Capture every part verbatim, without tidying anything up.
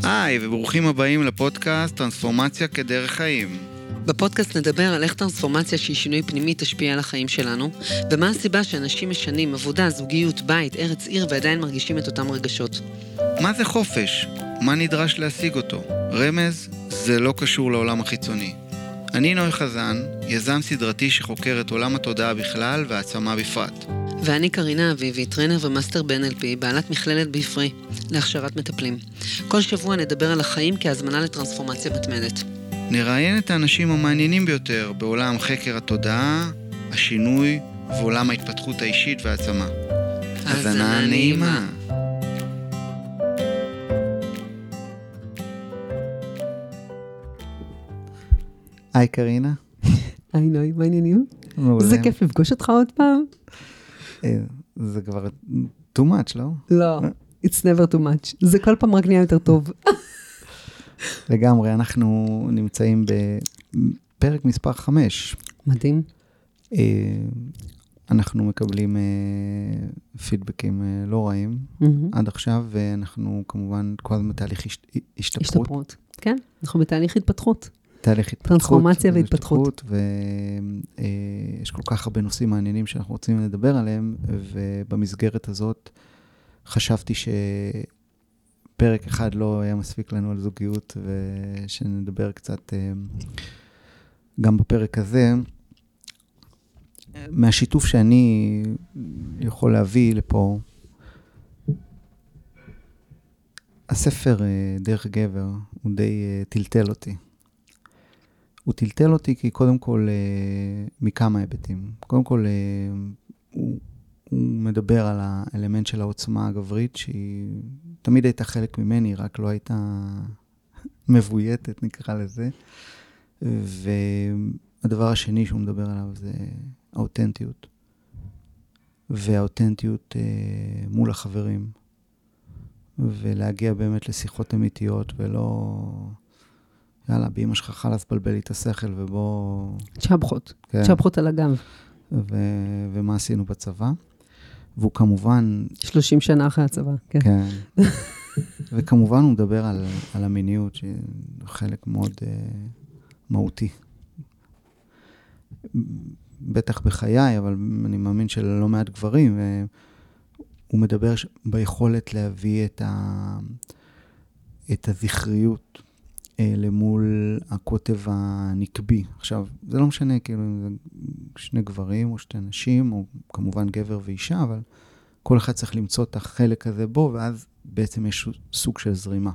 היי, וברוכים הבאים לפודקאסט טרנספורמציה כדרך חיים. בפודקאסט נדבר על איך טרנספורמציה שהיא שינוי פנימי תשפיע על החיים שלנו, ומה הסיבה שאנשים משנים עבודה, זוגיות, בית, ארץ, עיר ועדיין מרגישים את אותם רגשות. מה זה חופש? מה נדרש להשיג אותו? רמז, זה לא קשור לעולם החיצוני. אני נוי חזן, יזם סדרתי שחוקר את עולם התודעה בכלל והעצמה בפרט. ואני קרינה אביבי, טרנר ומאסטר ב-אן אל פי, בעלת מכללת בעפרי, להכשרת מטפלים. כל שבוע נדבר על החיים כהזמנה לטרנספורמציה מתמדת. נראיין את האנשים המעניינים ביותר בעולם חקר התודעה, השינוי ועולם ההתפתחות האישית והעצמה. האזנה נעימה. היי קרינה. היי נוי, מה העניינים? זה כיף לפגוש אותך עוד פעם. זה כבר too much, לא? לא, it's never too much. זה כל פעם רק נהיה יותר טוב. לגמרי, אנחנו נמצאים בפרק מספר חמש. מדהים. אנחנו מקבלים פידבקים לא רעים עד עכשיו, ואנחנו כמובן כל הזמן בתהליך השתפרות. השתפרות, כן, אנחנו בתהליך התפתחות. תהליך התפתחות. טרנספורמציה והתפתחות. ויש כל כך הרבה נושאים מעניינים שאנחנו רוצים לדבר עליהם, ובמסגרת הזאת חשבתי שפרק אחד לא היה מספיק לנו על זוגיות, ושנדבר קצת גם בפרק הזה, מהשיתוף שאני יכול להביא לפה. הספר דרך גבר הוא די טלטל אותי. הוא טלטל אותי כי קודם כל מכמה היבטים. קודם כל הוא, הוא מדבר על האלמנט של העוצמה הגברית, שהיא תמיד הייתה חלק ממני, רק לא הייתה מבויתת, נקרא לזה. והדבר השני שהוא מדבר עליו זה האותנטיות. והאותנטיות מול החברים. ולהגיע באמת לשיחות אמיתיות ולא... יאללה, באמא שלך חלס בלבל לי את השכל, ובוא... שבחות, כן. שבחות על הגב. ו- ומה עשינו בצבא. והוא כמובן... שלושים שנה אחרי הצבא, כן. כן. וכמובן הוא מדבר על, על המיניות, שהיא חלק מאוד uh, מהותי. בטח בחיי, אבל אני מאמין שלא מעט גברים, והוא מדבר ביכולת להביא את, ה- את הזכריות, למול הכותב הנקבי. עכשיו, זה לא משנה, כאילו, זה שני גברים או שתי נשים, או כמובן גבר ואישה, אבל כל אחד צריך למצוא את החלק הזה בו, ואז בעצם יש סוג של זרימה.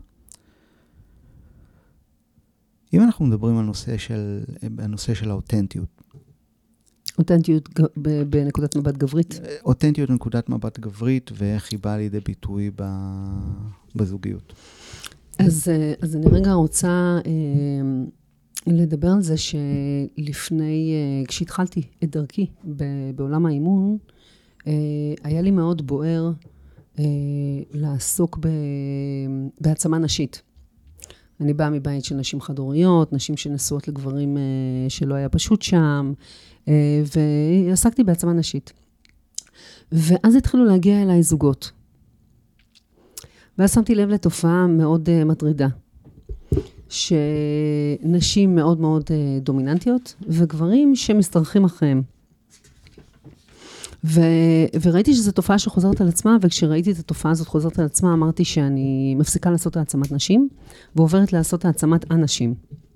אם אנחנו מדברים על נושא של, הנושא של האותנטיות. אותנטיות בנקודת מבט גברית? אותנטיות בנקודת מבט גברית, ואיך היא באה לידי ביטוי בזוגיות. אז, אז אני רגע רוצה אה, לדבר על זה שלפני, אה, כשהתחלתי את דרכי ב- בעולם האימון, אה, היה לי מאוד בוער אה, לעסוק ב- בעצמה נשית. אני באה מבית של נשים חד-הוריות, נשים שנשואות לגברים אה, שלא היה פשוט שם, אה, ועסקתי בעצמה נשית. ואז התחילו להגיע אליי זוגות. ואז שמתי לב לתופעה מאוד uh, מטרידה, שנשים מאוד מאוד uh, דומיננטיות, וגברים שמסתרכים אחריהם. ו- וראיתי שזו תופעה שחוזרת על עצמה, וכשראיתי את התופעה הזאת חוזרת על עצמה, אמרתי שאני מפסיקה לעשות העצמת נשים, ועוברת לעשות העצמת אנשים.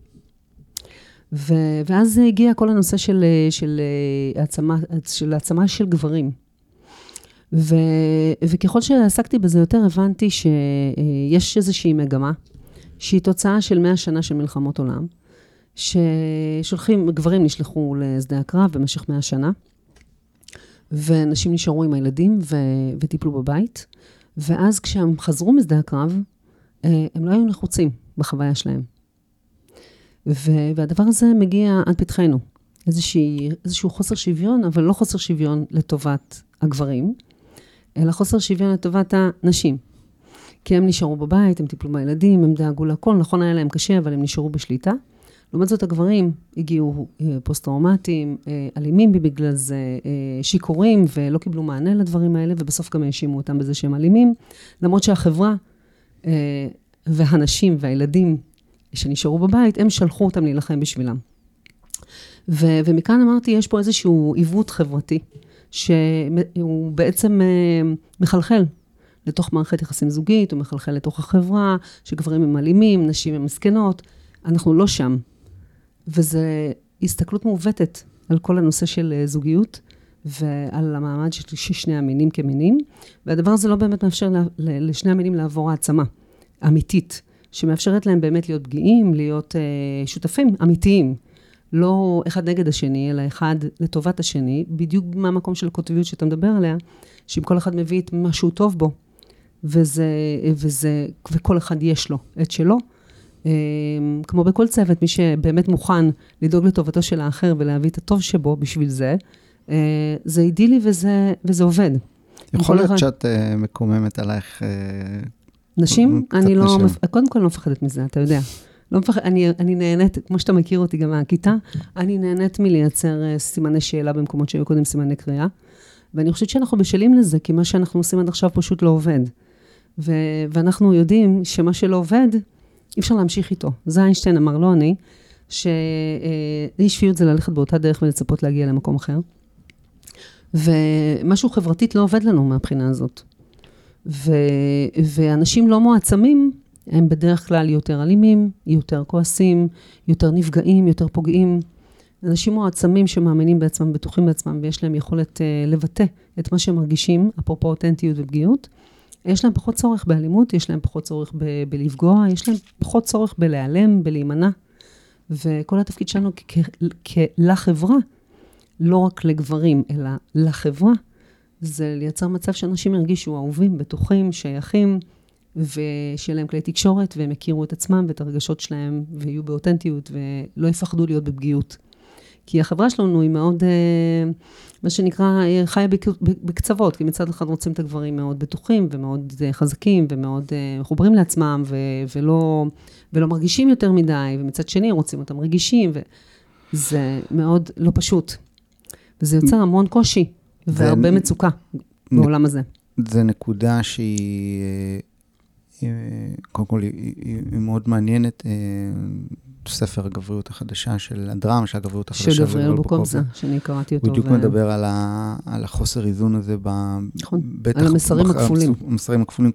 ו- ואז הגיע כל הנושא של, של, העצמה, של העצמה של גברים. ו, וככל שעסקתי בזה יותר, הבנתי שיש איזושהי מגמה, שהיא תוצאה של מאה שנה של מלחמות עולם, ששולחים, גברים נשלחו לשדה הקרב במשך מאה שנה, ונשים נשארו עם הילדים ו, וטיפלו בבית, ואז כשהם חזרו משדה הקרב, הם לא היו נחוצים בחוויה שלהם. ו, והדבר הזה מגיע עד פתחנו, איזושהי, איזשהו חוסר שוויון, אבל לא חוסר שוויון לטובת הגברים, אלא חוסר שוויון לטובת הנשים. כי הם נשארו בבית, הם טיפלו בילדים, הם דאגו לכל, נכון היה להם קשה, אבל הם נשארו בשליטה. לעומת זאת, הגברים הגיעו פוסט-טראומטיים, אלימים בגלל זה, שיקורים, ולא קיבלו מענה לדברים האלה, ובסוף גם האשימו אותם בזה שהם אלימים, למרות שהחברה והנשים והילדים שנשארו בבית, הם שלחו אותם להילחם בשבילם. ו- ומכאן אמרתי, יש פה איזשהו עיוות חברתי, שהוא בעצם מחלחל לתוך מערכת יחסים זוגית, הוא מחלחל לתוך החברה, שגברים הם אלימים, נשים הם מסכנות, אנחנו לא שם. וזו הסתכלות מעוותת על כל הנושא של זוגיות, ועל המעמד של שני המינים כמינים, והדבר הזה לא באמת מאפשר לשני המינים לעבור העצמה אמיתית, שמאפשרת להם באמת להיות פגיעים, להיות uh, שותפים אמיתיים, לא אחד נגד השני, אלא אחד לטובת השני, בדיוק מהמקום של הקוטביות שאתה מדבר עליה, שאם כל אחד מביא את משהו טוב בו, וזה, וזה, וכל אחד יש לו את שלו, um, כמו בכל צוות, מי שבאמת מוכן לדאוג לטובתו של האחר, ולהביא את הטוב שבו בשביל זה, uh, זה אידילי וזה, וזה עובד. יכול להיות שאת uh, מקוממת עלייך... Uh... נשים? אני לא, קודם כל לא מפחדת מזה, אתה יודע. לא מפחד, אני, אני נהנית, כמו שאתה מכיר אותי גם מהכיתה, אני נהנית מלייצר סימני שאלה במקומות שהיו קודם סימני קריאה, ואני חושבת שאנחנו בשלים לזה, כי מה שאנחנו עושים עד עכשיו פשוט לא עובד. ו, ואנחנו יודעים שמה שלא עובד, אי אפשר להמשיך איתו. זה איינשטיין אמר, לא אני, שאי שפיות זה ללכת באותה דרך ולצפות להגיע למקום אחר. ומשהו חברתית לא עובד לנו מהבחינה הזאת. ו, ואנשים לא מועצמים, הם בדרך כלל יותר אלימים, יותר כועסים, יותר נפגעים, יותר פוגעים. אנשים מועצמים שמאמינים בעצמם, בטוחים בעצמם, ויש להם יכולת uh, לבטא את מה שהם מרגישים, אפרופו אותנטיות ופגיעות. יש להם פחות צורך באלימות, יש להם פחות צורך ב- בלפגוע, יש להם פחות צורך בלהיעלם, בלהימנע. וכל התפקיד שלנו כ- כ- לחברה, לא רק לגברים, אלא לחברה, זה לייצר מצב שאנשים ירגישו אהובים, בטוחים, שייכים, ושיהיה להם כלי תקשורת, והם יכירו את עצמם ואת הרגשות שלהם, ויהיו באותנטיות, ולא יפחדו להיות בפגיעות. כי החברה שלנו היא מאוד, מה שנקרא, חיה בקצוות, כי מצד אחד רוצים את הגברים מאוד בטוחים, ומאוד חזקים, ומאוד מחוברים לעצמם, ולא, ולא מרגישים יותר מדי, ומצד שני רוצים אותם רגישים, וזה מאוד לא פשוט. וזה יוצר המון קושי, והרבה מצוקה בעולם הזה. זה נקודה שהיא, קודם כל, היא מאוד מעניינת, ספר הגבריות החדשה של הדרמה, של הגבריות החדשה. של גבריאל בוקובזה, שאני קראתי אותו. הוא בדיוק מדבר על החוסר איזון הזה, נכון, על המסרים הכפולים. המסרים הכפולים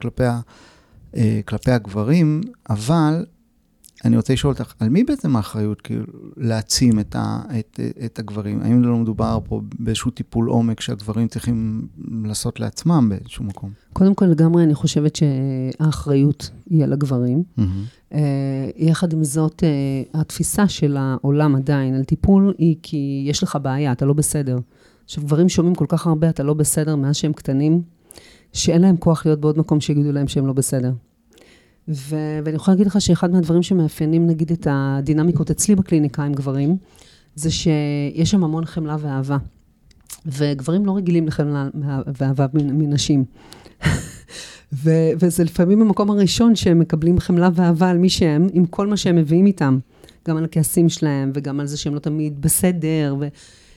כלפי הגברים, אבל אני רוצה לשאול אותך, על מי בעצם האחריות כאילו להעצים את, ה, את, את הגברים? האם לא מדובר פה באיזשהו טיפול עומק שהגברים צריכים לעשות לעצמם באיזשהו מקום? קודם כל לגמרי אני חושבת שהאחריות היא על הגברים. Mm-hmm. יחד עם זאת, התפיסה של העולם עדיין על טיפול היא כי יש לך בעיה, אתה לא בסדר. עכשיו, גברים שומעים כל כך הרבה, אתה לא בסדר מאז שהם קטנים, שאין להם כוח להיות בעוד מקום שיגידו להם שהם לא בסדר. ו- ואני יכולה להגיד לך שאחד מהדברים שמאפיינים, נגיד, את הדינמיקות אצלי בקליניקה עם גברים, זה שיש שם המון חמלה ואהבה. וגברים לא רגילים לחמלה ואהבה מנשים. ו- וזה לפעמים המקום הראשון שהם מקבלים חמלה ואהבה על מי שהם, עם כל מה שהם מביאים איתם. גם על הכעסים שלהם, וגם על זה שהם לא תמיד בסדר. ו-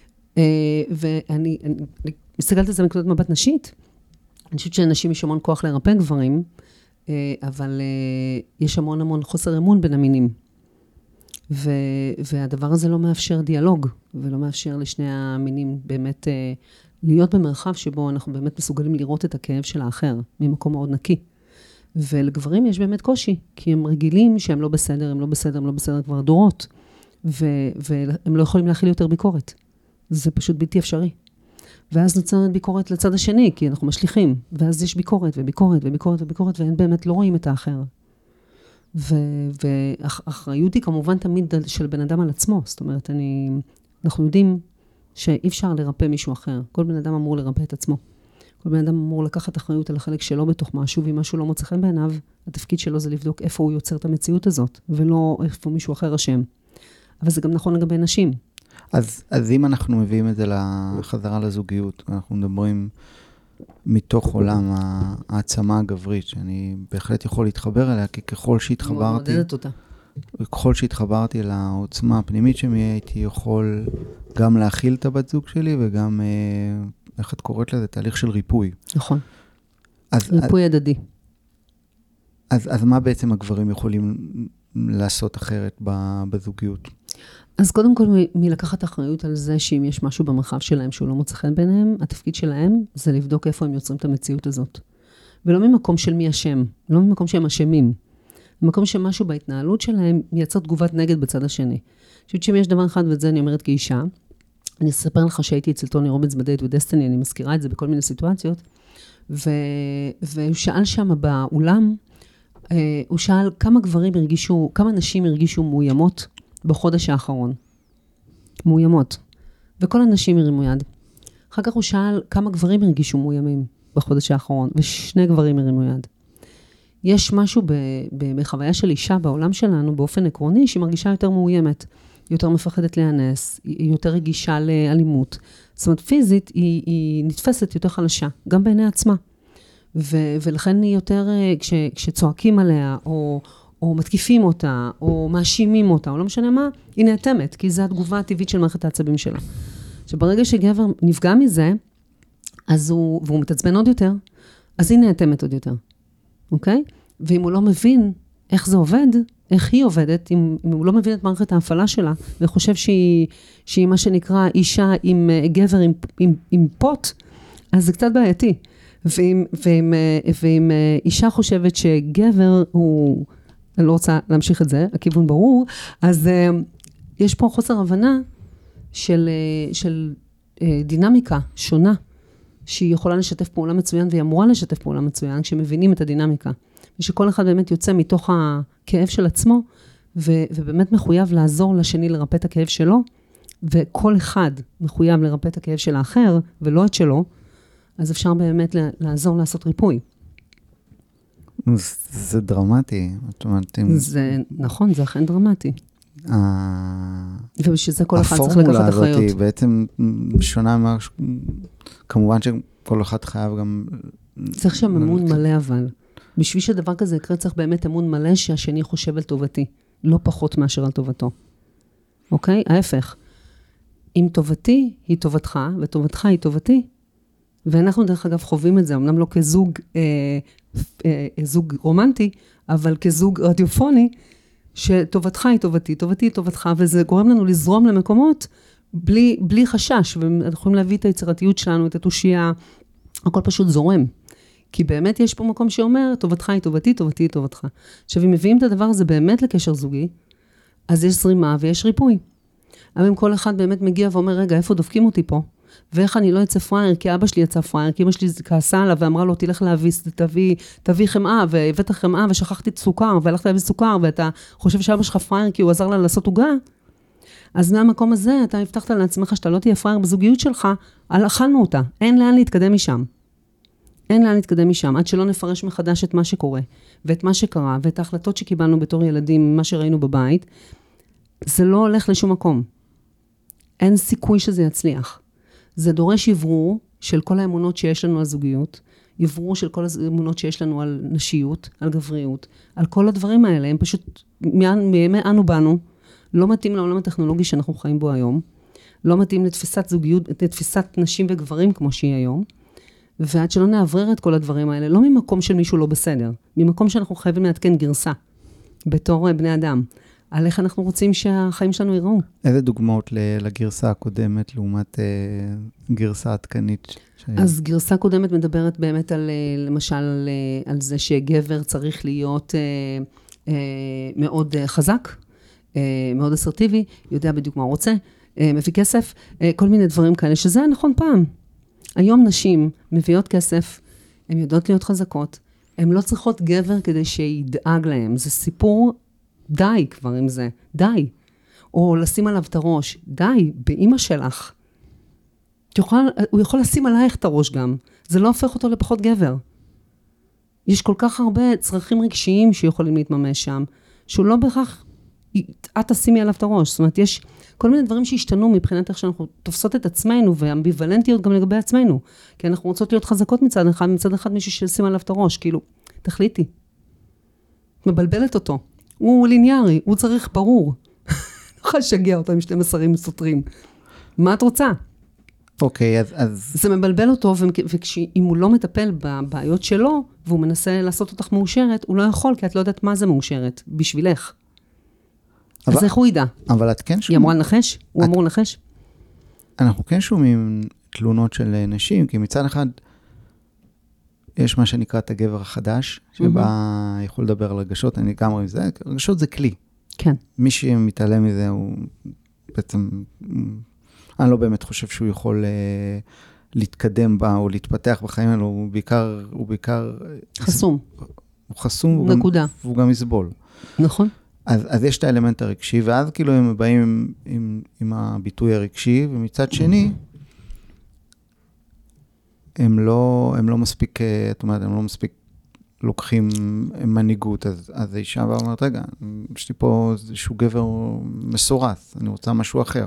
ואני אני, אני מסתכלת על זה מנקודת מבט נשית. אני חושבת שאנשים יש המון כוח לרפא גברים, אבל יש המון המון חוסר אמון בין המינים. ו, והדבר הזה לא מאפשר דיאלוג, ולא מאפשר לשני המינים באמת להיות במרחב שבו אנחנו באמת מסוגלים לראות את הכאב של האחר, ממקום מאוד נקי. ולגברים יש באמת קושי, כי הם רגילים שהם לא בסדר, הם לא בסדר, הם לא בסדר כבר דורות, ו, והם לא יכולים להכיל יותר ביקורת. זה פשוט בלתי אפשרי. ואז נוצרת ביקורת לצד השני, כי אנחנו משליחים, ואז יש ביקורת וביקורת וביקורת וביקורת, והם באמת לא רואים את האחר. והאחריות היא כמובן תמיד של בן אדם על עצמו, זאת אומרת, אני, אנחנו יודעים שאי אפשר לרפא מישהו אחר, כל בן אדם אמור לרפא את עצמו. כל בן אדם אמור לקחת אחריות על החלק שלו בתוך משהו, ואם משהו לא מוצא חן בעיניו, התפקיד שלו זה לבדוק איפה הוא יוצר את המציאות הזאת, ולא איפה מישהו אחר אשם. אבל זה גם נכון לגבי נשים. אז, אז אם אנחנו מביאים את זה לחזרה לזוגיות, אנחנו מדברים מתוך עולם העצמה הגברית, שאני בהחלט יכול להתחבר אליה, כי ככל שהתחברתי, אותה. ככל שהתחברתי לעוצמה הפנימית שמי הייתי יכול גם להכיל את הבת זוג שלי, וגם, איך את קוראת לזה, תהליך של ריפוי. נכון. אז, ריפוי הדדי. אז, אז מה בעצם הגברים יכולים לעשות אחרת בזוגיות? אז קודם כל, מ- מלקחת אחריות על זה שאם יש משהו במרחב שלהם שהוא לא מוצא חן ביניהם, התפקיד שלהם זה לבדוק איפה הם יוצרים את המציאות הזאת. ולא ממקום של מי אשם, לא ממקום שהם אשמים. במקום שמשהו בהתנהלות שלהם מייצר תגובת נגד בצד השני. אני חושבת שאם יש דבר אחד, ואת זה אני אומרת כאישה, אני אספר לך שהייתי אצל טוני רובינס בדייט ודסטיני, אני מזכירה את זה בכל מיני סיטואציות, ו... והוא שאל שם באולם, הוא שאל כמה גברים הרגישו, כמה נשים הרגישו מאוימות בחודש האחרון. מאוימות. וכל הנשים הרימו יד. אחר כך הוא שאל כמה גברים הרגישו מאוימים בחודש האחרון, ושני גברים הרימו יד. יש משהו ב, ב, בחוויה של אישה בעולם שלנו, באופן עקרוני, שהיא מרגישה יותר מאוימת, היא יותר מפחדת להיאנס, היא יותר רגישה לאלימות. זאת אומרת, פיזית היא, היא נתפסת יותר חלשה, גם בעיני עצמה. ו, ולכן היא יותר, כש, כשצועקים עליה, או, או מתקיפים אותה, או מאשימים אותה, או לא משנה מה, היא נאטמת, כי זו התגובה הטבעית של מערכת העצבים שלה. שברגע שגבר נפגע מזה, אז הוא, והוא מתעצבן עוד יותר, אז היא נאטמת עוד יותר. אוקיי? ואם הוא לא מבין איך זה עובד, איך היא עובדת, אם, אם הוא לא מבין את מערכת ההפעלה שלה, וחושב שהיא, שהיא מה שנקרא אישה עם גבר עם, עם, עם פוט, אז זה קצת בעייתי. ואם, ואם, ואם אישה חושבת שגבר הוא, אני לא רוצה להמשיך את זה, הכיוון ברור, אז יש פה חוסר הבנה של, של דינמיקה שונה, שהיא יכולה לשתף פעולה מצוין, והיא אמורה לשתף פעולה מצוין, כשמבינים את הדינמיקה. ושכל אחד באמת יוצא מתוך הכאב של עצמו, ו- ובאמת מחויב לעזור לשני לרפא את הכאב שלו, וכל אחד מחויב לרפא את הכאב של האחר, ולא את שלו, אז אפשר באמת לעזור לעשות ריפוי. זה דרמטי. זה, נכון, זה אכן דרמטי. ובשביל זה כל אחד צריך לקחת אחריות. הפורמולה הזאת היא בעצם שונה מה... כמובן שכל אחד חייב גם... צריך שם אמון מלא אבל. בשביל שדבר כזה יקרה צריך באמת אמון מלא שהשני חושב על טובתי. לא פחות מאשר על טובתו. אוקיי? ההפך. אם טובתי היא טובתך, וטובתך היא טובתי, ואנחנו דרך אגב חווים את זה, אמנם לא כזוג אה, אה, זוג רומנטי, אבל כזוג רדיופוני, שטובתך היא טובתי, טובתי היא טובתך, וזה גורם לנו לזרום למקומות בלי, בלי חשש, ואנחנו יכולים להביא את היצירתיות שלנו, את התושייה, הכל פשוט זורם. כי באמת יש פה מקום שאומר, טובתך היא טובתי, טובתי היא טובתך. עכשיו, אם מביאים את הדבר הזה באמת לקשר זוגי, אז יש זרימה ויש ריפוי. אבל אם כל אחד באמת מגיע ואומר, רגע, איפה דופקים אותי פה? ואיך אני לא יצא פרייר, כי אבא שלי יצא פרייר, כי אמא שלי כעסה עליו ואמרה לו, תלך להביא, תביא, תביא חמאה, והבאת חמאה ושכחתי את סוכר, והלכת להביא סוכר, ואתה חושב שאבא שלך פרייר כי הוא עזר לה לעשות עוגה, אז מהמקום הזה אתה הבטחת לעצמך שאתה לא תהיה פרייר בזוגיות שלך, אכלנו אותה, אין לאן להתקדם משם. אין לאן להתקדם משם, עד שלא נפרש מחדש את מה שקורה, ואת מה שקרה, ואת ההחלטות שקיבלנו בתור ילדים, מה שראינו בבית, זה לא הולך לשום מקום. אין סיכוי שזה יצליח. זה דורש יברור של כל האמונות שיש לנו על זוגיות, יברור של כל האמונות שיש לנו על נשיות, על גבריות, על כל הדברים האלה, הם פשוט, מימי אנו בנו, לא מתאים לעולם הטכנולוגי שאנחנו חיים בו היום, לא מתאים לתפיסת זוגיות, לתפיסת נשים וגברים כמו שהיא היום, ועד שלא נעברר את כל הדברים האלה, לא ממקום של מישהו לא בסדר, ממקום שאנחנו חייבים להתקן גרסה, בתור בני אדם, על איך אנחנו רוצים שהחיים שלנו ייראו. איזה דוגמאות לגרסה הקודמת, לעומת אה, גרסה עדכנית? אז גרסה קודמת מדברת באמת על, למשל, על, על זה שגבר צריך להיות אה, אה, מאוד חזק, אה, מאוד אסרטיבי, יודע בדיוק מה הוא רוצה, אה, מביא כסף, אה, כל מיני דברים כאלה, שזה היה נכון פעם. היום נשים מביאות כסף, הן יודעות להיות חזקות, הן לא צריכות גבר כדי שידאג להם. זה סיפור, די כבר עם זה, די. או לשים עליו את הראש, די, באמא שלך. תוכל, הוא יכול לשים עלייך את הראש גם. זה לא הופך אותו לפחות גבר. יש כל כך הרבה צרכים רגשיים שיכולים להתממש שם, שהוא לא בהכרח, את תשימי עליו את הראש. זאת אומרת, יש כל מיני דברים שהשתנו מבחינת איך שאנחנו תופסות את עצמנו, ואמביוולנטיות גם לגבי עצמנו. כי אנחנו רוצות להיות חזקות מצד אחד, מצד אחד מישהו שישים עליו את הראש. כאילו, תחליטי. מבלבלת אותו. הוא ליניארי, הוא צריך ברור. לא יכולה לשגע אותו עם שני מסרים סותרים. מה את רוצה? אוקיי, אז... אז... זה מבלבל אותו, ואם הוא לא מטפל בבעיות שלו, והוא מנסה לעשות אותך מאושרת, הוא לא יכול, כי את לא יודעת מה זה מאושרת, בשבילך. אבל, אז איך הוא ידע? אבל את כן שומעים... היא אמורה לנחש? הוא אמור לנחש? אנחנו כן שומעים תלונות של נשים, כי מצד אחד, יש מה שנקרא את הגבר החדש, שבה יכול לדבר על רגשות, אני גם רואה זה, רגשות זה כלי. כן. מי שמתעלם מזה, הוא בעצם, אני לא באמת חושב שהוא יכול להתקדם בה, או להתפתח בחיים האלו, הוא בעיקר, הוא בעיקר... חסום. הוא חסום, נקודה. והוא גם יסבול. נכון. אז, אז יש את האלמנט הרגשי, ואז כאילו הם באים עם, עם, עם הביטוי הרגשי, ומצד שני, הם לא, הם לא מספיק, זאת אומרת, הם לא מספיק לוקחים מנהיגות, אז, אז האישה באה ואומרת, רגע, יש לי פה איזשהו גבר מסורס, אני רוצה משהו אחר.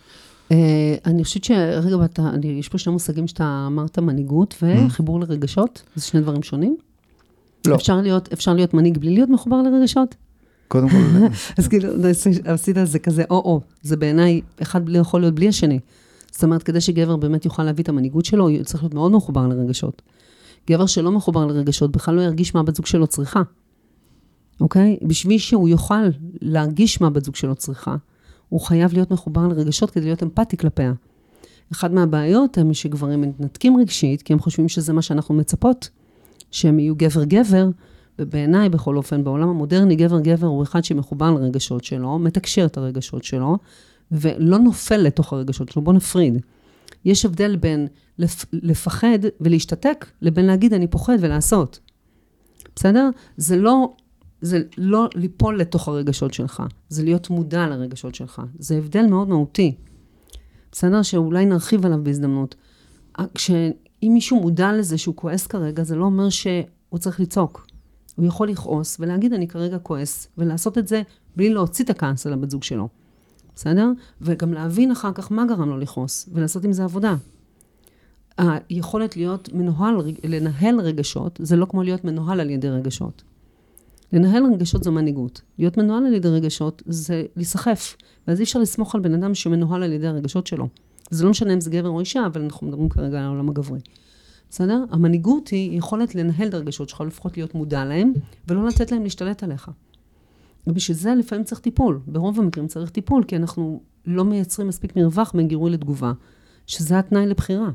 אני חושבת שרגע, יש פה שני מושגים שאתה אמרת, מנהיגות וחיבור לרגשות, זה שני דברים שונים? לא. אפשר להיות, אפשר להיות מנהיג בלי להיות מחובר לרגשות? קודם כל... אז כאילו, עשית זה כזה, או-או, זה בעיניי, אחד יכול להיות בלי השני. זאת אומרת, כדי שגבר באמת יוכל להביא את המנהיגות שלו, הוא צריך להיות מאוד מחובר לרגשות. גבר שלא מחובר לרגשות, בכלל לא ירגיש מה בת זוג שלו צריכה. אוקיי? בשביל שהוא יוכל להרגיש מה בת זוג שלו צריכה, הוא חייב להיות מחובר לרגשות כדי להיות אמפתי כלפיה. אחד מהבעיות הם שגברים מתנתקים רגשית, כי הם חושבים שזה מה שאנחנו מצפות, שהם יהיו גבר-גבר, ובעיניי, בכל אופן, בעולם המודרני, גבר-גבר הוא אחד שמחובר לרגשות שלו, מתקשר את הרגשות שלו, ולא נופל לתוך הרגשות שלו, בוא נפריד. יש הבדל בין לפ... לפחד ולהשתתק, לבין להגיד אני פוחד ולעשות. בסדר? זה לא, זה לא ליפול לתוך הרגשות שלך, זה להיות מודע לרגשות שלך. זה הבדל מאוד מהותי. בסדר? שאולי נרחיב עליו בהזדמנות. כשאם מישהו מודע לזה שהוא כועס כרגע, זה לא אומר שהוא צריך לצעוק. הוא יכול לכעוס ולהגיד אני כרגע כועס, ולעשות את זה בלי להוציא את הכעס על הבת זוג שלו. בסדר? וגם להבין אחר כך מה גרם לו לכעוס, ולעשות עם זה עבודה. היכולת להיות מנוהל, לנהל רגשות, זה לא כמו להיות מנוהל על ידי רגשות. לנהל רגשות זו מנהיגות. להיות מנוהל על ידי רגשות זה לסחף. ואז אי אפשר לסמוך על בן אדם שמנוהל על ידי הרגשות שלו. זה לא משנה אם זה גבר או אישה, אבל אנחנו מדברים כרגע על העולם הגברי. בסדר? המנהיגות היא יכולת לנהל את הרגשות שלך, לפחות להיות מודע להם, ולא לתת להם להשתלט עליך. ובשביל זה לפעמים צריך טיפול. ברוב המקרים צריך טיפול, כי אנחנו לא מייצרים מספיק מרווח בין גירוי לתגובה, שזה התנאי לבחירה.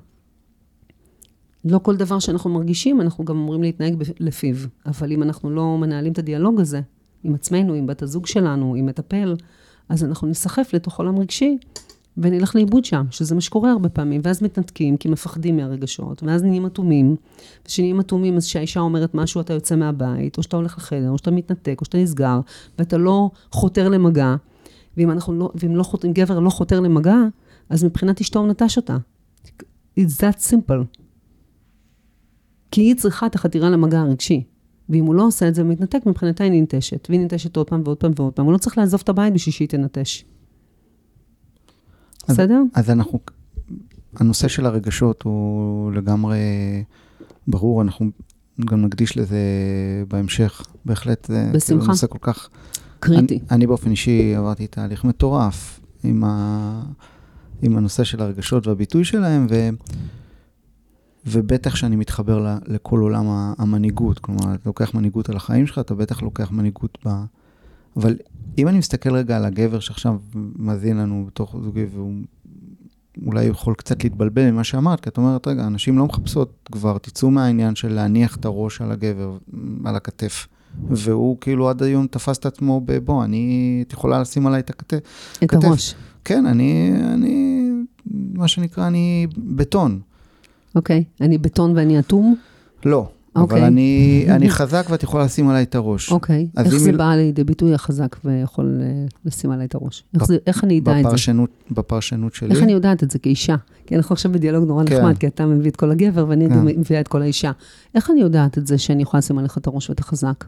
לא כל דבר שאנחנו מרגישים, אנחנו גם אמורים להתנהג לפיו. אבל אם אנחנו לא מנהלים את הדיאלוג הזה, עם עצמנו, עם בת הזוג שלנו, עם מטפל, אז אנחנו נסחף לתוך עולם רגשי, ונלך לאיבוד שם, שזה מה שקורה הרבה פעמים, ואז מתנתקים, כי מפחדים מהרגשות, ואז נהיים אטומים, ושנהיים אטומים, אז שהאישה אומרת משהו, אתה יוצא מהבית, או שאתה הולך לחדר, או שאתה מתנתק, או שאתה נסגר, ואתה לא חותר למגע, ואם אנחנו לא, ואם לא, אם גבר לא חותר למגע, אז מבחינת אשתו הוא נטש אותה. It's that simple. כי היא צריכה את החתירה למגע הרגשי, ואם הוא לא עושה את זה, הוא מתנתק, מבחינתה היא ננטשת, והיא ננטשת עוד פעם ועוד פעם ועוד פעם, הוא לא צריך לעזוב את הבית בשביל שהיא תנטש. בסדר? אז אנחנו, הנושא של הרגשות הוא לגמרי ברור, אנחנו גם נקדיש לזה בהמשך, בהחלט זה בשמחה. נושא כל כך... קריטי. אני, אני באופן אישי עברתי תהליך מטורף עם, ה, עם הנושא של הרגשות והביטוי שלהם, ו, ובטח שאני מתחבר ל, לכל עולם המנהיגות, כלומר, אתה לוקח מנהיגות על החיים שלך, אתה בטח לוקח מנהיגות ב... אבל אם אני מסתכל רגע על הגבר שעכשיו מזין לנו בתוך זוגי, והוא אולי יכול קצת להתבלבל ממה שאמרת, כי את אומרת, רגע, אנשים לא מחפשות כבר, תצאו מהעניין של להניח את הראש על הגבר, על הכתף, והוא כאילו עד היום תפס את עצמו בבוא, אני, את יכולה לשים עליי את הכתף. את כתף. הראש. כן, אני, אני, מה שנקרא, אני בטון. אוקיי, אני בטון ואני אטום? לא. Okay. אבל אני, אני חזק ואת יכולה לשים עליי את הראש. אוקיי. Okay. איך זה מ... בא לידי ביטוי החזק ויכול לשים עלי את הראש? איך, זה, איך אני אדע בפרשנות, את זה? בפרשנות שלי. איך אני יודעת את זה כאישה? כי אנחנו עכשיו בדיאלוג נורא כן. נחמד, כי אתה מביא את כל הגבר ואני כן. מביאה את כל האישה. איך אני יודעת את זה שאני יכולה לשים עליך את הראש ואתה חזק?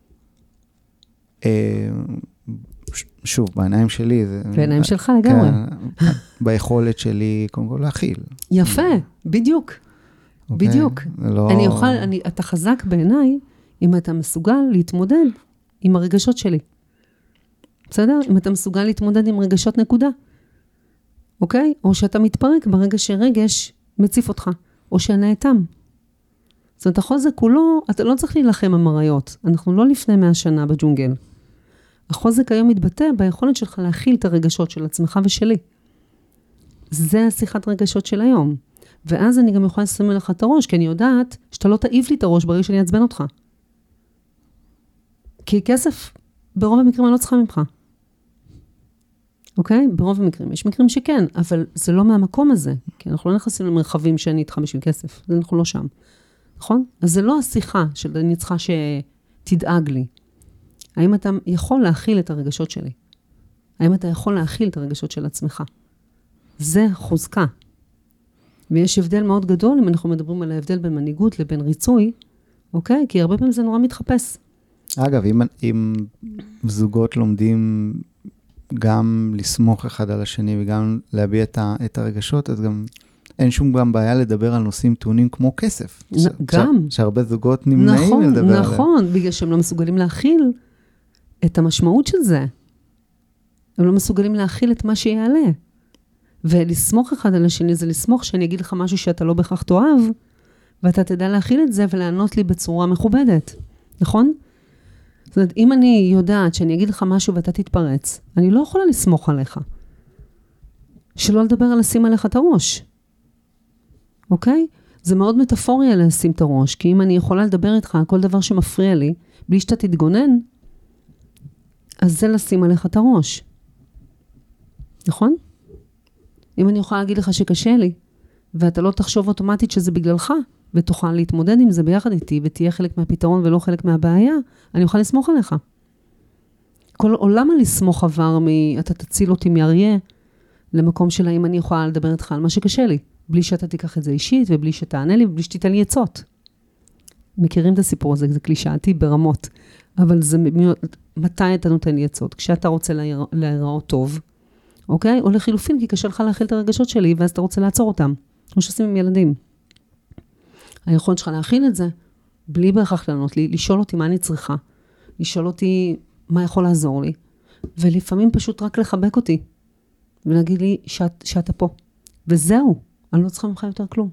שוב, בעיניים שלי. זה... בעיניים שלך לגמרי. כן, ביכולת שלי, קודם כל, להכיל. יפה, בדיוק. Okay, בדיוק. לא... אני אוכל, אני, אתה חזק בעיניי, אם אתה מסוגל להתמודד עם הרגשות שלי. בסדר? אם אתה מסוגל להתמודד עם רגשות נקודה. אוקיי? או שאתה מתפרק ברגע שרגש מציף אותך, או שנאטם. זאת אומרת, החוזק כולו, אתה לא צריך להילחם עם אריות. אנחנו לא לפני מאה שנה בג'ונגל. החוזק היום מתבטא ביכולת שלך להכיל את הרגשות של עצמך ושלי. זה השיחת רגשות של היום. ואז אני גם יכולה לשים לך את הראש, כי אני יודעת שאתה לא תעיף לי את הראש ברגע שאני אעצבן אותך. כי כסף, ברוב המקרים אני לא צריכה ממך. אוקיי? ברוב המקרים. יש מקרים שכן, אבל זה לא מהמקום הזה. כי אנחנו לא נכנסים למרחבים שאני איתך בשביל כסף. זה אנחנו לא שם. נכון? אז זה לא השיחה של אני צריכה שתדאג לי. האם אתה יכול להכיל את הרגשות שלי? האם אתה יכול להכיל את הרגשות של עצמך? זה חוזקה. ויש הבדל מאוד גדול, אם אנחנו מדברים על ההבדל בין מנהיגות לבין ריצוי, אוקיי? כי הרבה פעמים זה נורא מתחפש. אגב, אם, אם זוגות לומדים גם לסמוך אחד על השני, וגם להביע את, ה, את הרגשות, אז גם אין שום גם בעיה לדבר על נושאים טעונים כמו כסף. נ, ש, גם. ש, שהרבה זוגות נמנעים נכון, לדבר עליהם. נכון, בגלל שהם לא מסוגלים להכיל את המשמעות של זה. הם לא מסוגלים להכיל את מה שיעלה. ולסמוך אחד על השני, זה לסמוך שאני אגיד לך משהו שאתה לא בכך תאהב, ואתה תדע להכיל את זה ולענות לי בצורה מכובדת. נכון? זאת אומרת, אם אני יודעת שאני אגיד לך משהו ואתה תתפרץ, אני לא יכולה לסמוך עליך. שלא לדבר על לשים עליך את הראש. אוקיי? זה מאוד מטאפוריה לשים את הראש, כי אם אני יכולה לדבר איתך על כל דבר שמפריע לי, בלי שאתה תתגונן, אז זה לשים עליך את הראש. נכון? אם אני יכולה להגיד לך שקשה לי, ואתה לא תחשוב אוטומטית שזה בגללך, ותוכל להתמודד עם זה ביחד איתי, ותהיה חלק מהפתרון ולא חלק מהבעיה, אני אוכל לסמוך עליך. כל עולם הלסמוך עבר מ... אתה תציל אותי מאריה, למקום של האם אני יכולה לדבר איתך על מה שקשה לי, בלי שאתה תיקח את זה אישית, ובלי שתענה לי, ובלי שתיתן לי עצות. מכירים את הסיפור הזה, זה קלישאתי ברמות, אבל זה מתי אתה נותן לי עצות? כשאתה רוצה להיראות טוב, אוקיי? או לחילופין, כי קשה לך להכיל את הרגשות שלי, ואז אתה רוצה לעצור אותם. כמו שעושים עם ילדים. היכולת שלך להכיל את זה, בלי בהכרח לענות לי, לשאול אותי מה אני צריכה, לשאול אותי מה יכול לעזור לי, ולפעמים פשוט רק לחבק אותי, ולהגיד לי שאת, שאתה פה. וזהו, אני לא צריכה ממך יותר כלום.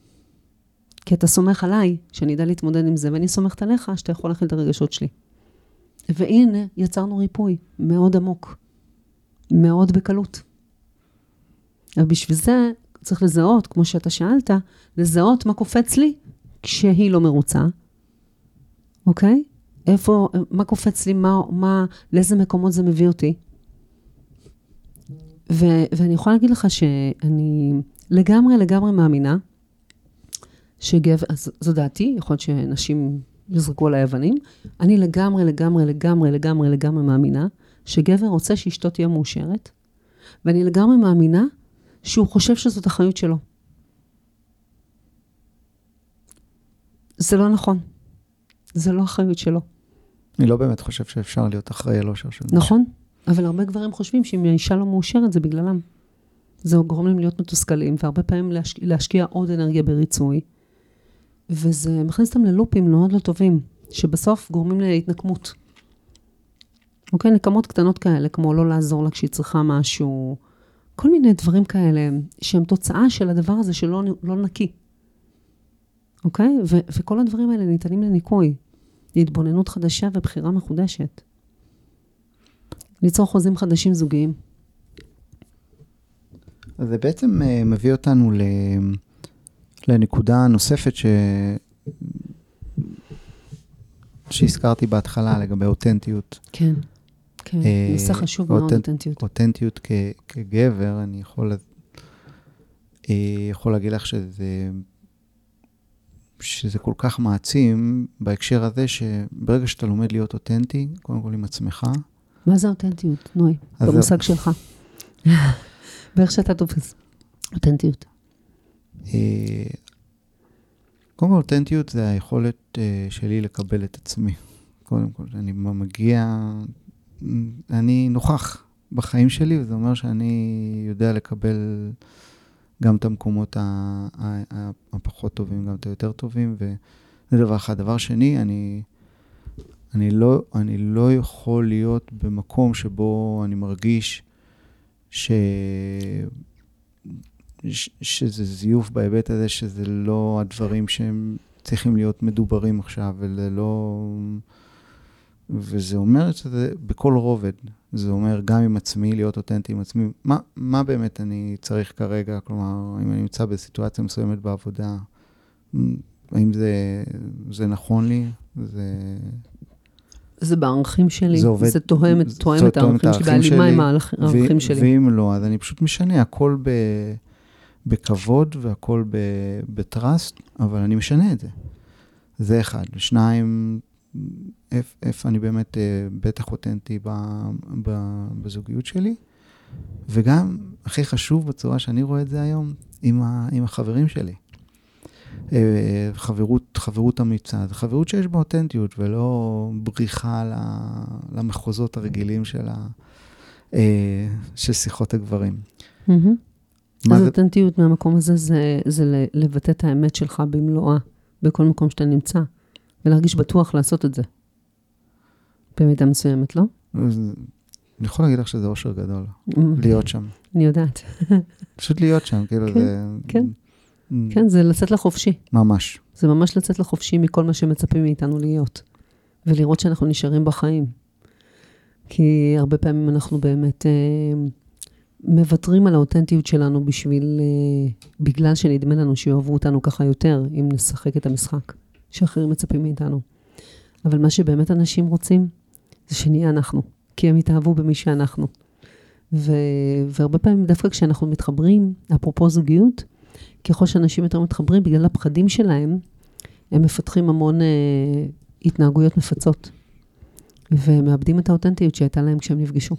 כי אתה סומך עליי, שאני אדע להתמודד עם זה, ואני סומכת עליך שאתה יכול להכיל את הרגשות שלי. והנה, יצרנו ריפוי מאוד עמוק. מאוד בקלות. אבל בשביל זה צריך לזהות, כמו שאתה שאלת, לזהות מה קופץ לי כשהיא לא מרוצה. אוקיי? איפה, מה קופץ לי, מה, מה, לאיזה מקומות זה מביא אותי. ו, ואני יכולה להגיד לך שאני לגמרי, לגמרי מאמינה, שגבר, אז זו דעתי, יכול להיות שנשים יזרקו עליי אבנים, אני לגמרי, לגמרי, לגמרי, לגמרי, לגמרי מאמינה, שגבר רוצה שאשתו תהיה מאושרת, ואני לגמרי מאמינה שהוא חושב שזאת אחריות שלו. זה לא נכון. זה לא אחריות שלו. אני לא באמת חושב שאפשר להיות אחראי על אושר של מישהו. נכון, אבל הרבה גברים חושבים שאם האישה לא מאושרת זה בגללם. זה גורם להם להיות מתוסכלים, והרבה פעמים להשקיע, להשקיע עוד אנרגיה בריצוי, וזה מכניס אותם ללופים מאוד לא טובים, שבסוף גורמים להתנקמות. אוקיי, נקמות קטנות כאלה, כמו לא לעזור לה כשהיא צריכה משהו, כל מיני דברים כאלה, שהם תוצאה של הדבר הזה שלא לא נקי. אוקיי? ו- וכל הדברים האלה ניתנים לניקוי, להתבוננות חדשה ובחירה מחודשת. ליצור חוזים חדשים זוגיים. אז זה בעצם uh, מביא אותנו ל... לנקודה נוספת ש... שהזכרתי בהתחלה לגבי אותנטיות. כן, כן, נושא חשוב מאוד, אותנטיות. אותנטיות כ... כגבר, אני יכול, יכול להגיד לך שזה, שזה כל כך מעצים בהקשר הזה, שברגע שאתה לומד להיות אותנטי, קודם כל עם עצמך. מה זה אותנטיות, נוי? במושג שלך. באיך שאתה תופס. אותנטיות. קודם כל, אותנטיות זה היכולת שלי לקבל את עצמי. קודם כל, אני מגיע, אני נוכח בחיים שלי, וזה אומר שאני יודע לקבל גם את המקומות הפחות טובים, גם את היותר טובים, וזה דבר אחד. דבר שני, אני, אני לא, אני לא יכול להיות במקום שבו אני מרגיש ש... ש, שזה זיוף בהיבט הזה, שזה לא הדברים שהם צריכים להיות מדוברים עכשיו, וזה לא... וזה אומר שזה בכל רובד. זה אומר גם עם עצמי, להיות אותנטי עם עצמי. מה, מה באמת אני צריך כרגע? כלומר, אם אני נמצא בסיטואציה מסוימת בעבודה, האם זה, זה נכון לי? זה... זה בערכים שלי, זה, עובד, זה תואם, זה תואם את הערכים שלי, בהלימה עם הערכים שלי. ואם לא, אז אני פשוט משנה, הכל ב, בכבוד והכל ב, בטרסט, אבל אני משנה את זה. זה אחד. שניים, איפה אני באמת בטח אותנטי ב, ב, בזוגיות שלי, וגם, הכי חשוב בצורה שאני רואה את זה היום, עם, ה, עם החברים שלי. חברות, חברות אמיצה, זה חברות שיש בה אותנטיות, ולא בריחה למחוזות הרגילים של, ה, של שיחות הגברים. אז אותנטיות מהמקום הזה, זה, זה לבטא את האמת שלך במלואה, בכל מקום שאתה נמצא, ולהרגיש בטוח לעשות את זה. במידה מסוימת, לא? אני יכול להגיד לך שזה אושר גדול, להיות שם. אני יודעת. פשוט להיות שם, כאילו זה... כן. כן, זה לצאת לחופשי. ממש. זה ממש לצאת לחופשי מכל מה שמצפים מאיתנו להיות. ולראות שאנחנו נשארים בחיים. כי הרבה פעמים אנחנו באמת אה, מוותרים על האותנטיות שלנו בשביל, אה, בגלל שנדמה לנו שיאהבו אותנו ככה יותר, אם נשחק את המשחק, שאחרים מצפים מאיתנו. אבל מה שבאמת אנשים רוצים, זה שנהיה אנחנו. כי הם יתאהבו במי שאנחנו. ו, והרבה פעמים דווקא כשאנחנו מתחברים, אפרופו זוגיות, ככל שאנשים יותר מתחברים, בגלל הפחדים שלהם, הם מפתחים המון אה, התנהגויות מפצות. ומאבדים את האותנטיות שהייתה להם כשהם נפגשו.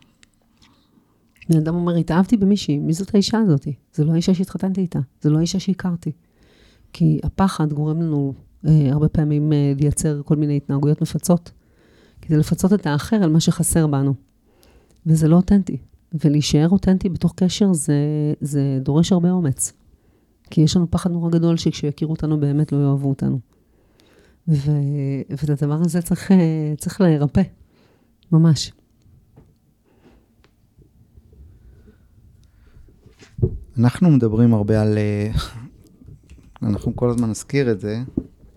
בן אדם אומר, התאהבתי במישהי, מי זאת האישה הזאת? זה לא האישה שהתחתנתי איתה, זה לא האישה שהכרתי. כי הפחד גורם לנו אה, הרבה פעמים אה, לייצר כל מיני התנהגויות מפצות, כדי לפצות את האחר על מה שחסר בנו. וזה לא אותנטי. ולהישאר אותנטי בתוך קשר זה, זה דורש הרבה אומץ. כי יש לנו פחד נורא גדול שכשיכירו אותנו באמת לא יאהבו אותנו. ו, ואת הדבר הזה צריך, צריך להירפא. ממש. אנחנו מדברים הרבה על... אנחנו כל הזמן נזכיר את זה,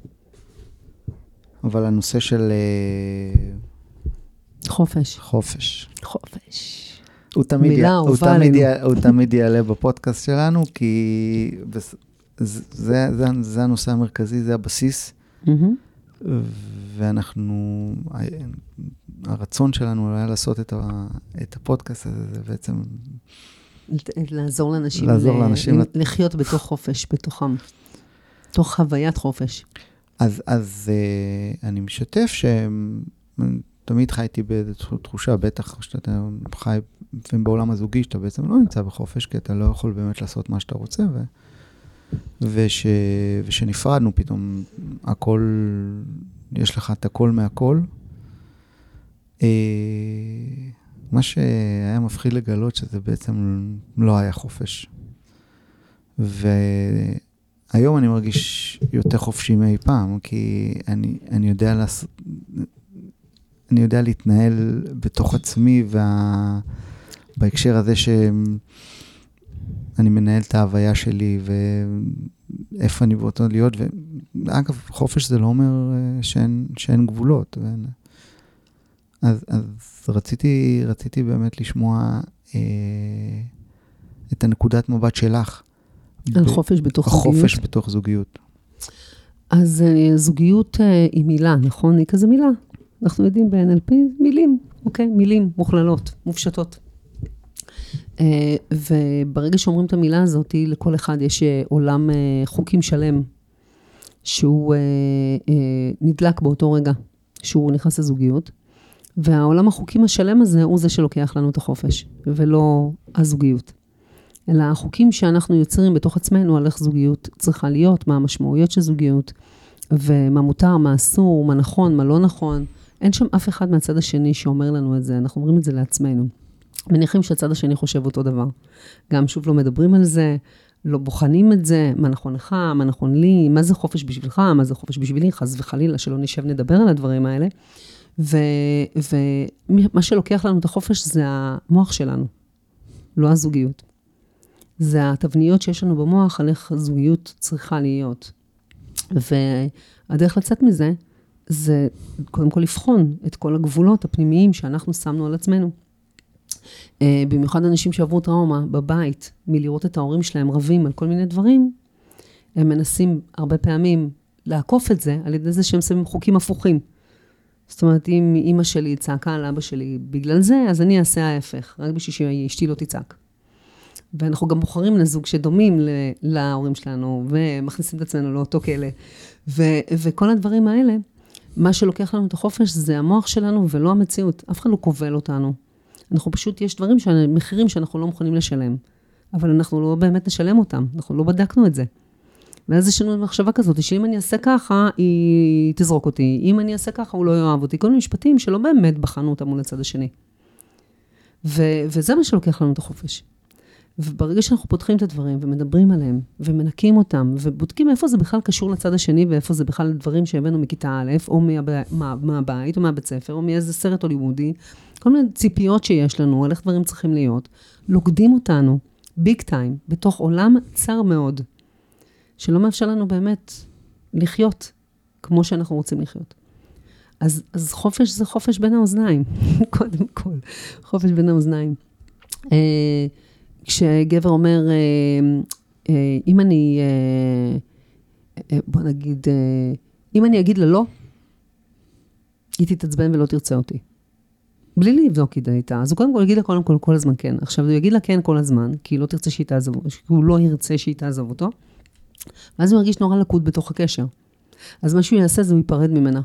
אבל הנושא של... חופש. חופש. חופש. הוא תמיד, י... הוא, תמיד י... הוא תמיד יעלה בפודקאסט שלנו, כי זה, זה, זה, זה הנושא המרכזי, זה הבסיס. Mm-hmm. ואנחנו, הרצון שלנו היה לעשות את, ה... את הפודקאסט הזה, זה בעצם... לעזור לאנשים, לעזור לאנשים לחיות בתוך חופש, בתוכם. תוך חוויית חופש. אז, אז אני משתף שתמיד חייתי באיזו תחושה, בטח שאתה חי בעולם הזוגי, שאתה בעצם לא נמצא בחופש, כי אתה לא יכול באמת לעשות מה שאתה רוצה, ו... וש... ושנפרדנו פתאום, הכל, יש לך את הכל מהכל. מה שהיה מפחיד לגלות, שזה בעצם לא היה חופש. והיום אני מרגיש יותר חופשי מאי פעם, כי אני, אני יודע לעשות, אני יודע להתנהל בתוך עצמי, וה... בהקשר הזה שאני מנהל את ההוויה שלי, ואיפה אני באותו להיות, ואגב, חופש זה לא אומר שאין, שאין גבולות. ואין... אז, אז רציתי, רציתי באמת לשמוע אה, את הנקודת מבט שלך. על ב... חופש בתוך זוגיות. חופש בתוך זוגיות. אז אה, זוגיות אה, היא מילה, נכון? היא כזה מילה. אנחנו יודעים ב-אן אל פי, מילים, אוקיי? מילים מוכללות, מופשטות. אה, וברגע שאומרים את המילה הזאת, לכל אחד יש עולם אה, חוקים שלם, שהוא אה, אה, נדלק באותו רגע, שהוא נכנס לזוגיות. והעולם החוקים השלם הזה הוא זה שלוקח לנו את החופש, ולא הזוגיות. אלא החוקים שאנחנו יוצרים בתוך עצמנו על איך זוגיות צריכה להיות, מה המשמעויות של זוגיות, ומה מותר, מה אסור, מה נכון, מה לא נכון. אין שם אף אחד מהצד השני שאומר לנו את זה, אנחנו אומרים את זה לעצמנו. מניחים שהצד השני חושב אותו דבר. גם שוב לא מדברים על זה, לא בוחנים את זה, מה נכון לך, מה נכון לי, מה זה חופש בשבילך, מה זה חופש בשבילי, חס וחלילה, שלא נשב נדבר על הדברים האלה. ומה שלוקח לנו את החופש זה המוח שלנו, לא הזוגיות. זה התבניות שיש לנו במוח, על איך זוגיות צריכה להיות. והדרך לצאת מזה, זה קודם כל לבחון את כל הגבולות הפנימיים שאנחנו שמנו על עצמנו. במיוחד אנשים שעברו טראומה בבית, מלראות את ההורים שלהם רבים על כל מיני דברים, הם מנסים הרבה פעמים לעקוף את זה, על ידי זה שהם שמים חוקים הפוכים. זאת אומרת, אם אמא שלי צעקה על אבא שלי בגלל זה, אז אני אעשה ההפך, רק בשביל שאשתי לא תצעק. ואנחנו גם בוחרים לזוג שדומים להורים שלנו, ומכניסים את עצמנו לאותו כלא. ו- וכל הדברים האלה, מה שלוקח לנו את החופש זה המוח שלנו ולא המציאות. אף אחד לא כובל אותנו. אנחנו פשוט, יש דברים, מחירים שאנחנו לא מוכנים לשלם. אבל אנחנו לא באמת נשלם אותם. אנחנו לא בדקנו את זה. ואז יש לנו מחשבה כזאת, שאם אני אעשה ככה, היא תזרוק אותי. אם אני אעשה ככה, הוא לא יאהב אותי. כל מיני משפטים שלא באמת בחנו אותם מול הצד השני. ו- וזה מה שלוקח לנו את החופש. וברגע שאנחנו פותחים את הדברים ומדברים עליהם, ומנקים אותם, ובודקים איפה זה בכלל קשור לצד השני, ואיפה זה בכלל דברים שהבאנו מכיתה א', או מה, מהבית, או מהבית ספר, או מאיזה סרט או לימודי, כל מיני ציפיות שיש לנו, על איך דברים צריכים להיות, לוקדים אותנו, ביג טיים, בתוך עולם צר מאוד, שלא מאפשר לנו באמת לחיות, כמו שאנחנו רוצים לחיות. אז, אז חופש זה חופש בין האוזניים, קודם כל, חופש בין האוזניים. אה, כשגבר אומר, אם אני, בוא נגיד, אם אני אגיד לה לא, היא תתעצבן ולא תרצה אותי. בלי לבדוק איתה. אז הוא קודם כל יגיד לה קודם כל כל הזמן כן. עכשיו הוא יגיד לה כן כל הזמן, כי היא לא תרצה שהיא תעזוב, הוא לא ירצה שהיא תעזוב אותו. ואז הוא ירגיש נורא לקוד בתוך הקשר. אז מה שהוא יעשה זה הוא ייפרד ממנה.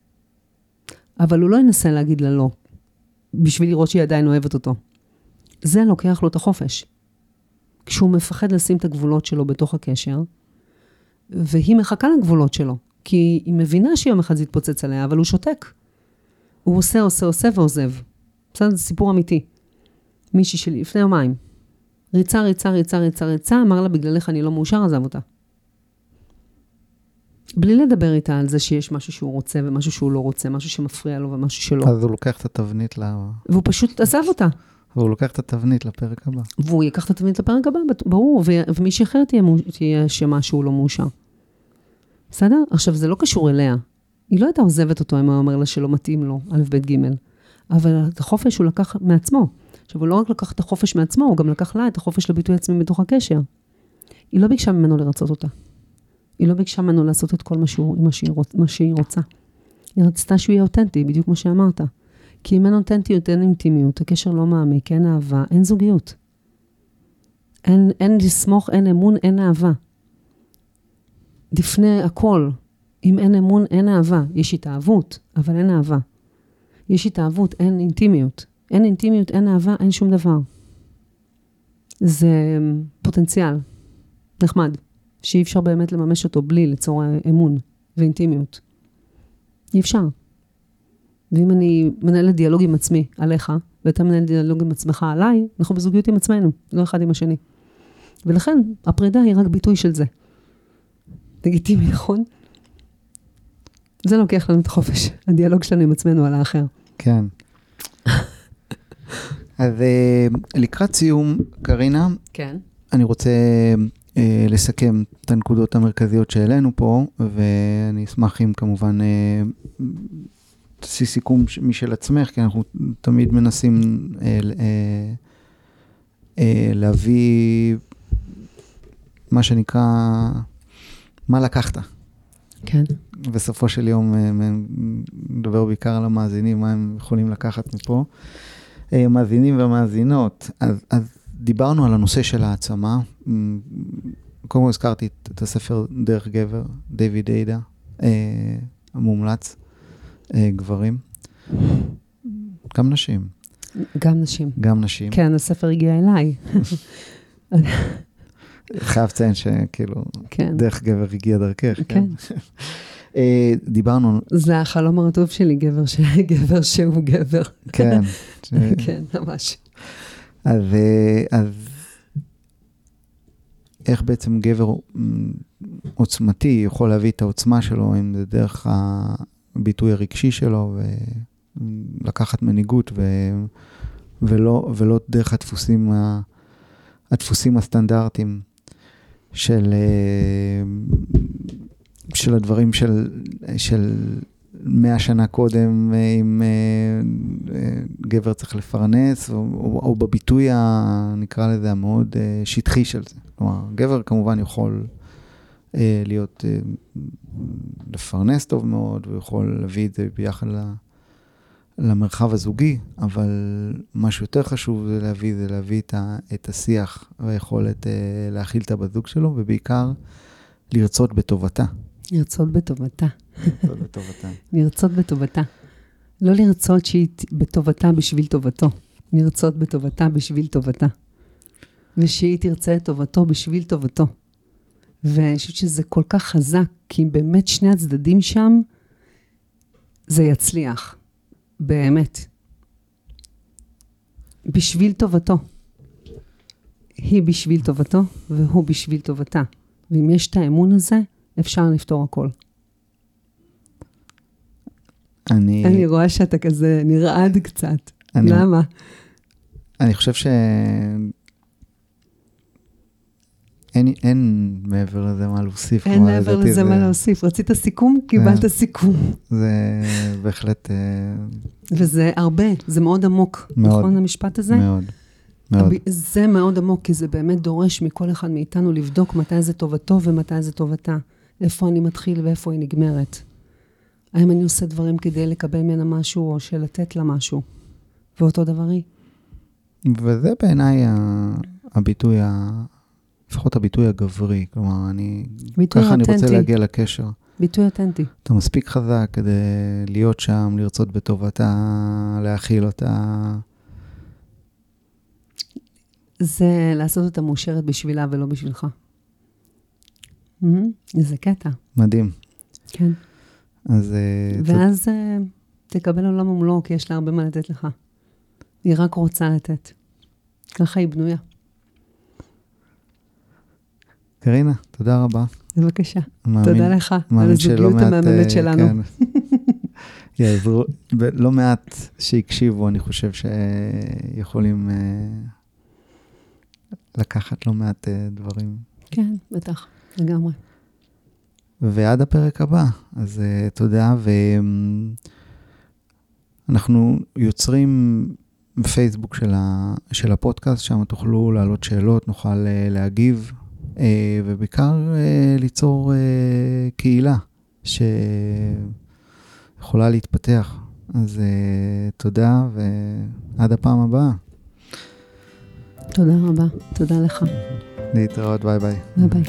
אבל הוא לא ינסה להגיד לה לא, בשביל לראות שהיא עדיין אוהבת אותו. זה לוקח לו את החופש. כשהוא מפחד לשים את הגבולות שלו בתוך הקשר, והיא מחכה לגבולות שלו, כי היא מבינה שיום אחד זה יתפוצץ עליה, אבל הוא שותק. הוא עושה, עושה, עושה ועוזב. בסדר, זה סיפור אמיתי. מישהי שלי, לפני יומיים. ריצה, ריצה, ריצה, ריצה, ריצה, אמר לה, בגללך אני לא מאושר, עזב אותה. בלי לדבר איתה על זה שיש משהו שהוא רוצה, ומשהו שהוא לא רוצה, משהו שמפריע לו, ומשהו שלא. אז הוא לוקח את התבנית ל... והוא פשוט עזב אותה. והוא לוקח את התבנית לפרק הבא. והוא ייקח את התבנית לפרק הבא, ברור, ומי שאחר תהיה, תהיה שמשהו לא מאושר. בסדר? עכשיו, זה לא קשור אליה. היא לא הייתה עוזבת אותו, אם הוא אומר לה שלא מתאים לו, א' ב' ג', אבל את החופש הוא לקח מעצמו. עכשיו, הוא לא רק לקח את החופש מעצמו, הוא גם לקח לה את החופש לביטוי עצמי בתוך הקשר. היא לא ביקשה ממנו לרצות אותה. היא לא ביקשה ממנו לעשות את כל מה שהוא, מה שהיא, מה שהיא רוצה. היא רצתה שהוא יהיה אותנטי, בדיוק כמו שאמרת. כי אם אין אותנטיות, אין אינטימיות, הקשר לא מעמיק, אין אהבה, אין זוגיות. אין, אין לסמוך, אין אמון, אין אהבה. לפני הכל, אם אין אמון, אין אהבה. יש התאהבות, אבל אין אהבה. יש התאהבות, אין אינטימיות. אין אינטימיות, אין אהבה, אין שום דבר. זה פוטנציאל, נחמד, שאי אפשר באמת לממש אותו בלי ליצור אמון ואינטימיות. אי אפשר. ואם אני מנהלת דיאלוג עם עצמי עליך, ואתה מנהלת דיאלוג עם עצמך עליי, אנחנו בזוגיות עם עצמנו, לא אחד עם השני. ולכן, הפרידה היא רק ביטוי של זה. לגיטימי, נכון? זה לוקח לנו את החופש. הדיאלוג שלנו עם עצמנו על האחר. כן. אז לקראת סיום, קרינה, כן. אני רוצה אה, לסכם את הנקודות המרכזיות שהעלינו פה, ואני אשמח אם כמובן אה, תעשי סיכום משל עצמך, כי אנחנו תמיד מנסים אה, אה, אה, להביא מה שנקרא, מה לקחת. כן. בסופו של יום מדבר בעיקר על המאזינים, מה הם יכולים לקחת מפה. מאזינים ומאזינות, אז, אז דיברנו על הנושא של העצמה. קודם כל הזכרתי את הספר דרך גבר, דיוויד איידה, המומלץ, גברים. גם נשים. גם נשים. גם נשים. כן, הספר הגיע אליי. חייב ציין שכאילו, כן. דרך גבר הגיע דרכך. כן. דיברנו... זה החלום הרטוב שלי, גבר, ש... גבר שהוא גבר. כן. ש... כן, ממש. אז, אז איך בעצם גבר עוצמתי יכול להביא את העוצמה שלו, אם זה דרך הביטוי הרגשי שלו, ולקחת מנהיגות, ו... ולא, ולא דרך הדפוסים ה... הדפוסים הסטנדרטיים של, של הדברים של, של מאה שנה קודם, אם גבר צריך לפרנס, או, או, או בביטוי, נקרא לזה, המאוד שטחי של זה. כלומר, גבר כמובן יכול להיות, לפרנס טוב מאוד, הוא יכול להביא את זה ביחד למרחב הזוגי, אבל משהו יותר חשוב זה להביא, זה להביא את, ה, את השיח והיכולת להכיל את הבת-זוג שלו, ובעיקר לרצות בטובתה. לרצות בטובתה. לרצות בטובתה. לרצות בטובתה. לא לרצות שהיא בטובתה בשביל טובתו. לרצות בטובתה בשביל טובתה. ושהיא תרצה את טובתו בשביל טובתו. ואני חושבת שזה כל כך חזק, כי באמת שני הצדדים שם, זה יצליח. באמת. בשביל טובתו. היא בשביל טובתו, והוא בשביל טובתה. ואם יש את האמון הזה, אפשר לפתור הכל. אני... אני רואה שאתה כזה נרעד קצת. אני... למה? אני חושב ש... אין, אין מעבר לזה מה להוסיף. אין מעבר לזה זה... מה להוסיף. רצית סיכום? קיבלת סיכום. זה בהחלט... וזה הרבה, זה מאוד עמוק. מאוד. נכון המשפט הזה? מאוד. מאוד. זה מאוד עמוק, כי זה באמת דורש מכל אחד מאיתנו לבדוק מתי זה טובתו ומתי זה טובתה. איפה אני מתחיל ואיפה היא נגמרת. האם אני עושה דברים כדי לקבל ממנה משהו או שלתת לה משהו. ואותו דבר היא. וזה בעיניי הביטוי, לפחות הביטוי הגברי. כלומר, אני, ככה אני רוצה להגיע לקשר. ביטוי אותנטי. אתה מספיק חזק כדי להיות שם, לרצות בטובתה, להכיל אותה. זה לעשות אותה מאושרת בשבילה ולא בשבילך. זה קטע. מדהים. כן. אז... ואז תקבל עולם ומלואו, כי יש לה הרבה מה לתת לך. היא רק רוצה לתת. ככה היא בנויה. קרינה, תודה רבה. בבקשה. תודה לך על הזוגיות המאמנת שלנו. יעזרו, לא מעט שהקשיבו, אני חושב שיכולים לקחת לא מעט דברים. כן, בטח, לגמרי. ועד הפרק הבא, אז תודה, ואנחנו יוצרים בפייסבוק של, ה, של הפודקאסט, שם תוכלו להעלות שאלות, נוכל להגיב, ובעיקר ליצור קהילה שיכולה להתפתח. אז תודה, ועד הפעם הבאה. תודה רבה, תודה לך. להתראות, ביי ביי. ביי ביי.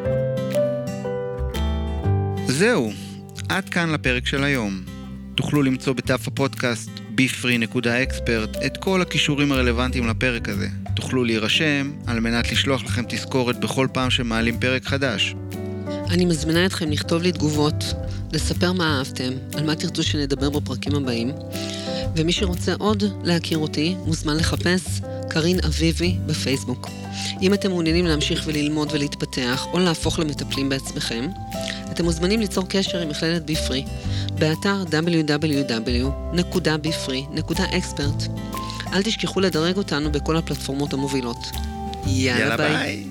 זהו, עד כאן לפרק של היום. תוכלו למצוא בדף הפודקאסט בי פרי נקודה אקספרט את כל הכישורים הרלוונטיים לפרק הזה. תוכלו להירשם על מנת לשלוח לכם תזכורת בכל פעם שמעלים פרק חדש. אני מזמינה אתכם לכתוב לי תגובות, לספר מה אהבתם, על מה תרצו שנדבר בפרקים הבאים, ומי שרוצה עוד להכיר אותי, מוזמן לחפש קרין אביבי בפייסבוק. אם אתם מעוניינים להמשיך וללמוד ולהתפתח, או להפוך למטפלים בעצמכם, אתם מוזמנים ליצור קשר עם מכללת בי פרי, באתר דאבליו דאבליו דאבליו נקודה בי פרי נקודה אקספרט. אל תשכחו לדרג אותנו בכל הפלטפורמות המובילות. יאללה, יאללה ביי. ביי.